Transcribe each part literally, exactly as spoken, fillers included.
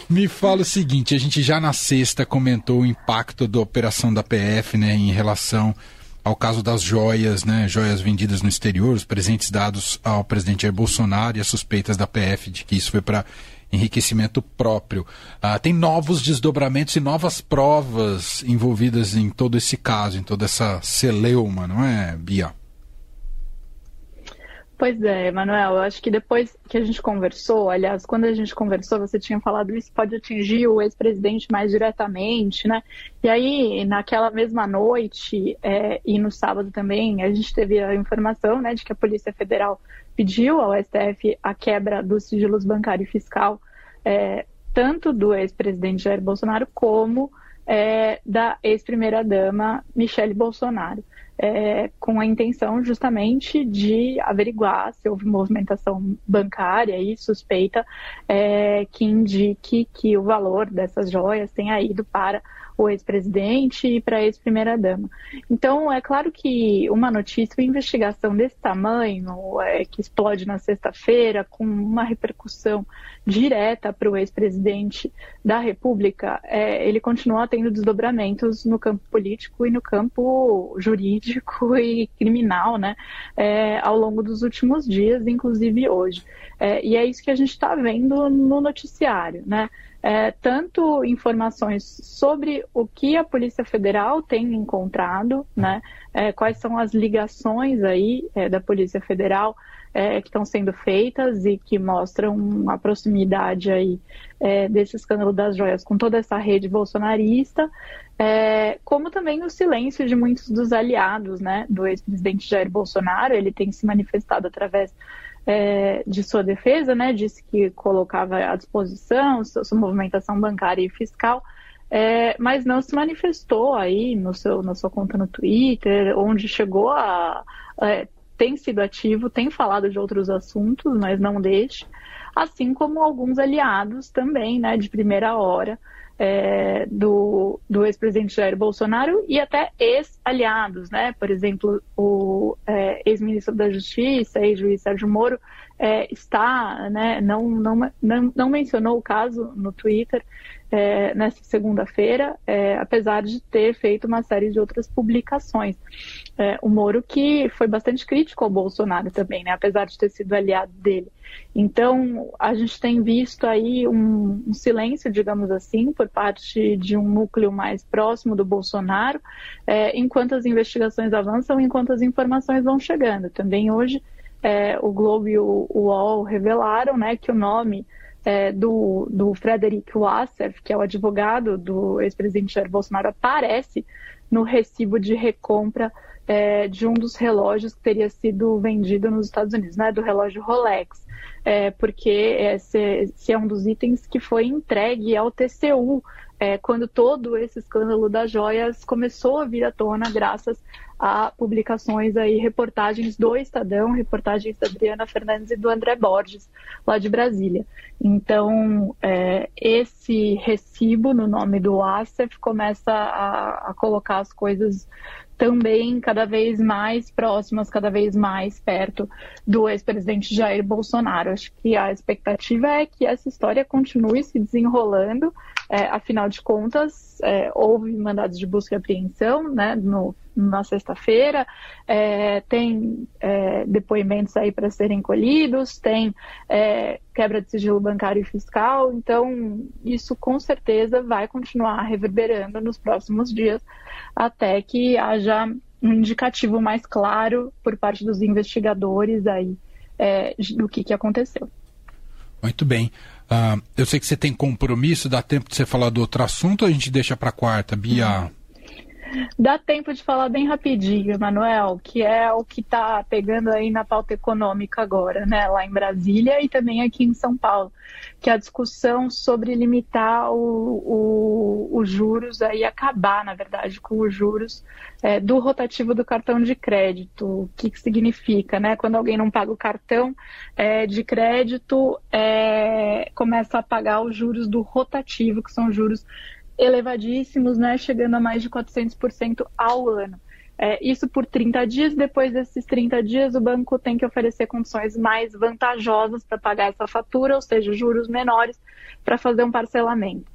Me fala o seguinte, a gente já na sexta comentou o impacto da operação da P F, né, em relação ao caso das joias, né, joias vendidas no exterior, os presentes dados ao presidente Jair Bolsonaro e as suspeitas da P F de que isso foi para enriquecimento próprio. Ah, tem novos desdobramentos e novas provas envolvidas em todo esse caso, em toda essa celeuma, não é, Bia? Pois é, Manuel, eu acho que depois que a gente conversou, aliás, quando a gente conversou, você tinha falado isso pode atingir o ex-presidente mais diretamente, né? E aí, naquela mesma noite é, e no sábado também, a gente teve a informação, né, de que a Polícia Federal pediu ao S T F a quebra dos sigilos bancário e fiscal, é, tanto do ex-presidente Jair Bolsonaro como é, da ex-primeira-dama Michele Bolsonaro. É, com a intenção justamente de averiguar se houve movimentação bancária e suspeita é, que indique que o valor dessas joias tenha ido para o ex-presidente e para a ex-primeira-dama. Então, é claro que uma notícia, uma investigação desse tamanho, é, que explode na sexta-feira, com uma repercussão direta para o ex-presidente da República, é, ele continua tendo desdobramentos no campo político e no campo jurídico e criminal, né, é, ao longo dos últimos dias, inclusive hoje. É, e é isso que a gente está vendo no noticiário, né? É, tanto informações sobre o que a Polícia Federal tem encontrado, né, é, quais são as ligações aí é, da Polícia Federal é, que estão sendo feitas e que mostram a proximidade aí é, desse escândalo das joias com toda essa rede bolsonarista, é, como também o silêncio de muitos dos aliados, né, do ex-presidente Jair Bolsonaro. Ele tem se manifestado através É, de sua defesa, né, disse que colocava à disposição sua, sua movimentação bancária e fiscal, é, mas não se manifestou aí no seu, na sua conta no Twitter, onde chegou a... É, tem sido ativo, tem falado de outros assuntos, mas não deste, assim como alguns aliados também, né, de primeira hora, É, do, do ex-presidente Jair Bolsonaro e até ex-aliados, né? Por exemplo, o é, ex-ministro da Justiça, ex-juiz Sérgio Moro, é, está, né, não, não, não, não mencionou o caso no Twitter é, nessa segunda-feira, é, apesar de ter feito uma série de outras publicações. É, o Moro, que foi bastante crítico ao Bolsonaro também, né, apesar de ter sido aliado dele. Então, a gente tem visto aí um, um silêncio, digamos assim, por parte de um núcleo mais próximo do Bolsonaro, é, enquanto as investigações avançam, enquanto as informações vão chegando. Também hoje, é, o Globo e o, o U O L revelaram, né, que o nome é, do, do Frederic Wassef, que é o advogado do ex-presidente Jair Bolsonaro, aparece no recibo de recompra é, de um dos relógios que teria sido vendido nos Estados Unidos, né, do relógio Rolex, é, porque esse, esse é um dos itens que foi entregue ao T C U é, quando todo esse escândalo das joias começou a vir à tona, graças a publicações aí, reportagens do Estadão, reportagens da Adriana Fernandes e do André Borges, lá de Brasília. Então, é, esse recibo no nome do Wassef começa a, a colocar as coisas também cada vez mais próximas, cada vez mais perto do ex-presidente Jair Bolsonaro. Acho que a expectativa é que essa história continue se desenrolando, é, afinal de contas, é, houve mandados de busca e apreensão, né, no, na sexta-feira, é, tem é, depoimentos aí para serem colhidos, tem é, quebra de sigilo bancário e fiscal, então isso com certeza vai continuar reverberando nos próximos dias, até que haja um indicativo mais claro por parte dos investigadores aí é, do que, que aconteceu. Muito bem. Uh, eu sei que você tem compromisso, dá tempo de você falar do outro assunto ou a gente deixa para quarta, Bia? Dá tempo de falar bem rapidinho, Manuel, que é o que está pegando aí na pauta econômica agora, né, lá em Brasília e também aqui em São Paulo, que é a discussão sobre limitar os juros, aí acabar, na verdade, com os juros é, do rotativo do cartão de crédito. O que, que significa, né? Quando alguém não paga o cartão é, de crédito, é, começa a pagar os juros do rotativo, que são juros elevadíssimos, né, chegando a mais de quatrocentos por cento ao ano. É, isso por trinta dias, depois desses trinta dias o banco tem que oferecer condições mais vantajosas para pagar essa fatura, ou seja, juros menores para fazer um parcelamento.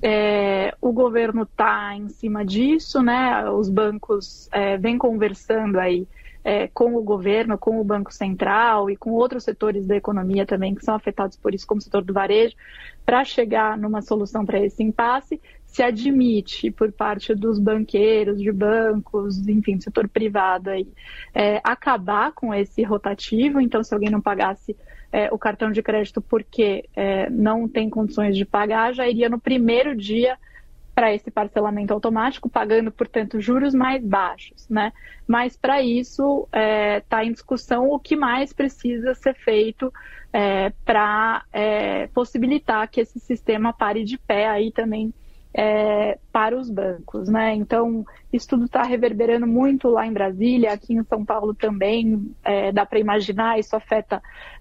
É, o governo está em cima disso, né? Os bancos é, vêm conversando aí é, com o governo, com o Banco Central e com outros setores da economia também que são afetados por isso, como o setor do varejo, para chegar numa solução para esse impasse. Se admite por parte dos banqueiros, de bancos, enfim, do setor privado aí, é, acabar com esse rotativo. Então, se alguém não pagasse é, o cartão de crédito porque é, não tem condições de pagar, já iria no primeiro dia para esse parcelamento automático, pagando, portanto, juros mais baixos, né? Mas, para isso, está é, em discussão o que mais precisa ser feito é, para é, possibilitar que esse sistema pare de pé aí também, É, para os bancos, né? Então, isso tudo está reverberando muito lá em Brasília, aqui em São Paulo também, é, dá para imaginar, isso afeta,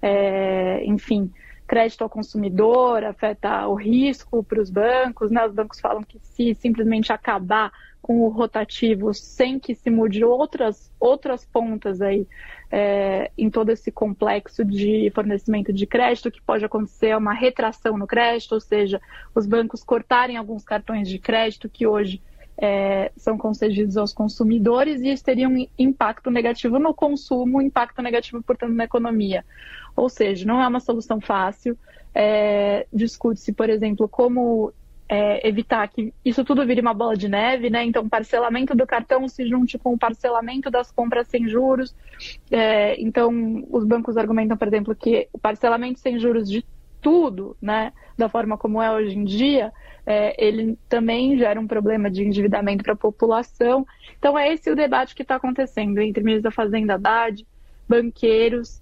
é, enfim, crédito ao consumidor, afeta o risco para os bancos, né? Os bancos falam que se simplesmente acabar com o rotativo sem que se mude outras, outras pontas aí é, em todo esse complexo de fornecimento de crédito, que pode acontecer uma retração no crédito, ou seja, os bancos cortarem alguns cartões de crédito que hoje é, são concedidos aos consumidores, e isso teria um impacto negativo no consumo, um impacto negativo, portanto, na economia. Ou seja, não é uma solução fácil. É, discute-se, por exemplo, como É, evitar que isso tudo vire uma bola de neve, né? Então, o parcelamento do cartão se junte com o parcelamento das compras sem juros. É, então, os bancos argumentam, por exemplo, que o parcelamento sem juros de tudo, né, da forma como é hoje em dia, é, ele também gera um problema de endividamento para a população. Então, é esse o debate que está acontecendo entre ministros da Fazenda, Haddad, banqueiros,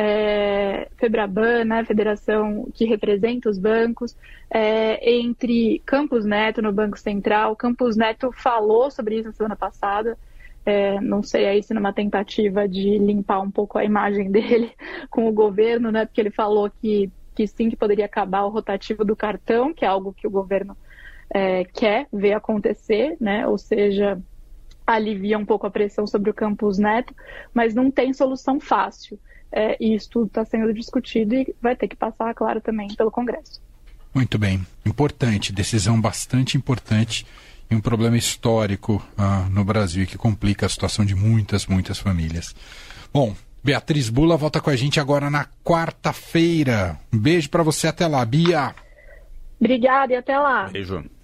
É, Febraban, né, federação que representa os bancos, é, entre Campos Neto no Banco Central. Campos Neto falou sobre isso na semana passada, é, não sei aí se numa tentativa de limpar um pouco a imagem dele com o governo, né, porque ele falou que, que sim, que poderia acabar o rotativo do cartão, que é algo que o governo é, quer ver acontecer, né, ou seja, alivia um pouco a pressão sobre o Campos Neto, mas não tem solução fácil. É, e isso tudo está sendo discutido e vai ter que passar, claro, também pelo Congresso. Muito bem. Importante, decisão bastante importante e um problema histórico ah, no Brasil que complica a situação de muitas, muitas famílias. Bom, Beatriz Bula volta com a gente agora na quarta-feira. Um beijo para você, até lá, Bia. Obrigada e até lá. Beijo.